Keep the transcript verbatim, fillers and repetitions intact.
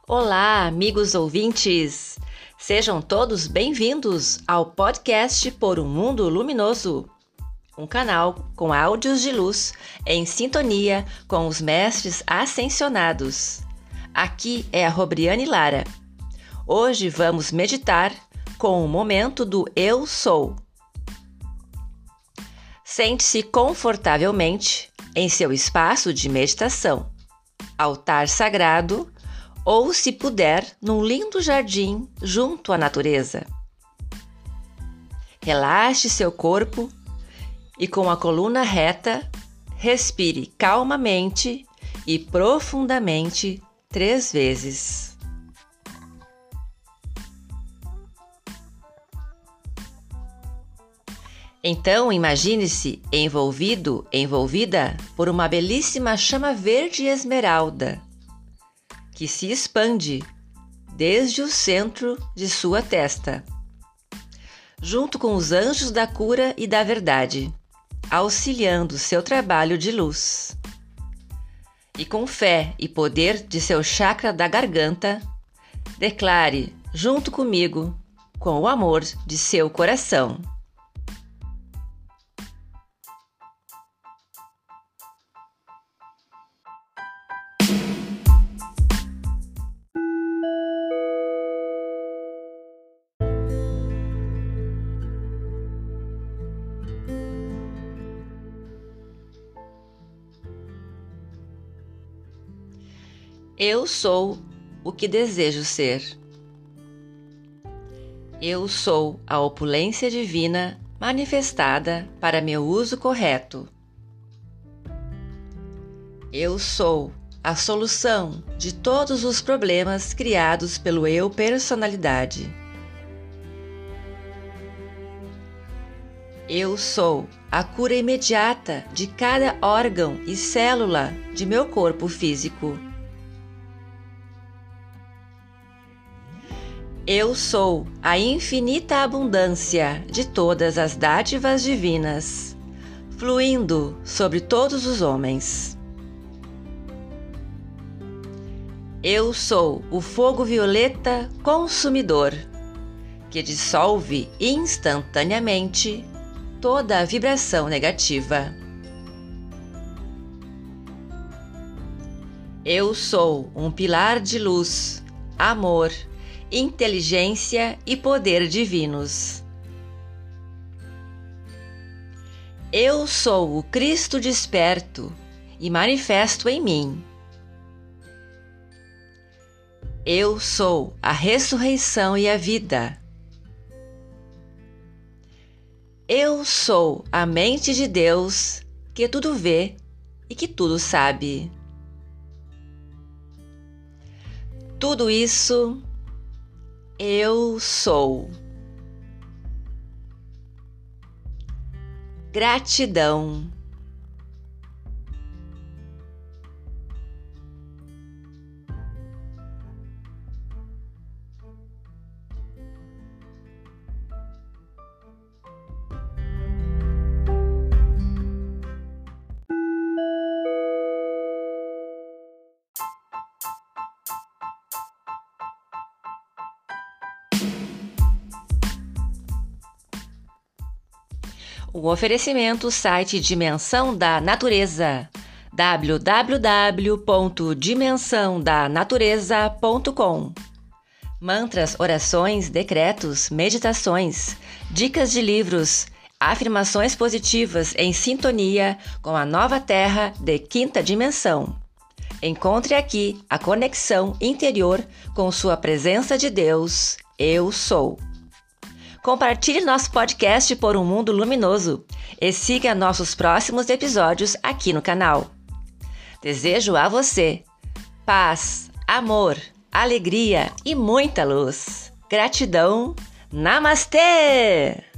Olá, amigos ouvintes! Sejam todos bem-vindos ao podcast Por um Mundo Luminoso, um canal com áudios de luz em sintonia com os mestres ascensionados. Aqui é a Robriane Lara. Hoje vamos meditar com o momento do Eu Sou. Sente-se confortavelmente em seu espaço de meditação, altar sagrado, ou, se puder, num lindo jardim junto à natureza. Relaxe seu corpo e, com a coluna reta, respire calmamente e profundamente três vezes. Então, imagine-se envolvido, envolvida por uma belíssima chama verde esmeralda, que se expande desde o centro de sua testa, junto com os anjos da cura e da verdade, auxiliando seu trabalho de luz. E com fé e poder de seu chakra da garganta, declare junto comigo, com o amor de seu coração. Eu sou o que desejo ser. Eu sou a opulência divina manifestada para meu uso correto. Eu sou a solução de todos os problemas criados pelo eu personalidade. Eu sou a cura imediata de cada órgão e célula de meu corpo físico. Eu sou a infinita abundância de todas as dádivas divinas, fluindo sobre todos os homens. Eu sou o fogo violeta consumidor, que dissolve instantaneamente toda a vibração negativa. Eu sou um pilar de luz, amor, inteligência e poder divinos. Eu sou o Cristo desperto e manifesto em mim. Eu sou a ressurreição e a vida. Eu sou a mente de Deus que tudo vê e que tudo sabe. Tudo isso eu sou. Gratidão. Um oferecimento site Dimensão da Natureza, w w w ponto dimensão da natureza ponto com. Mantras, orações, decretos, meditações, dicas de livros, afirmações positivas em sintonia com a nova Terra de quinta dimensão. Encontre aqui a conexão interior com sua presença de Deus, Eu Sou. Compartilhe nosso podcast Por um Mundo Luminoso e siga nossos próximos episódios aqui no canal. Desejo a você paz, amor, alegria e muita luz. Gratidão. Namastê!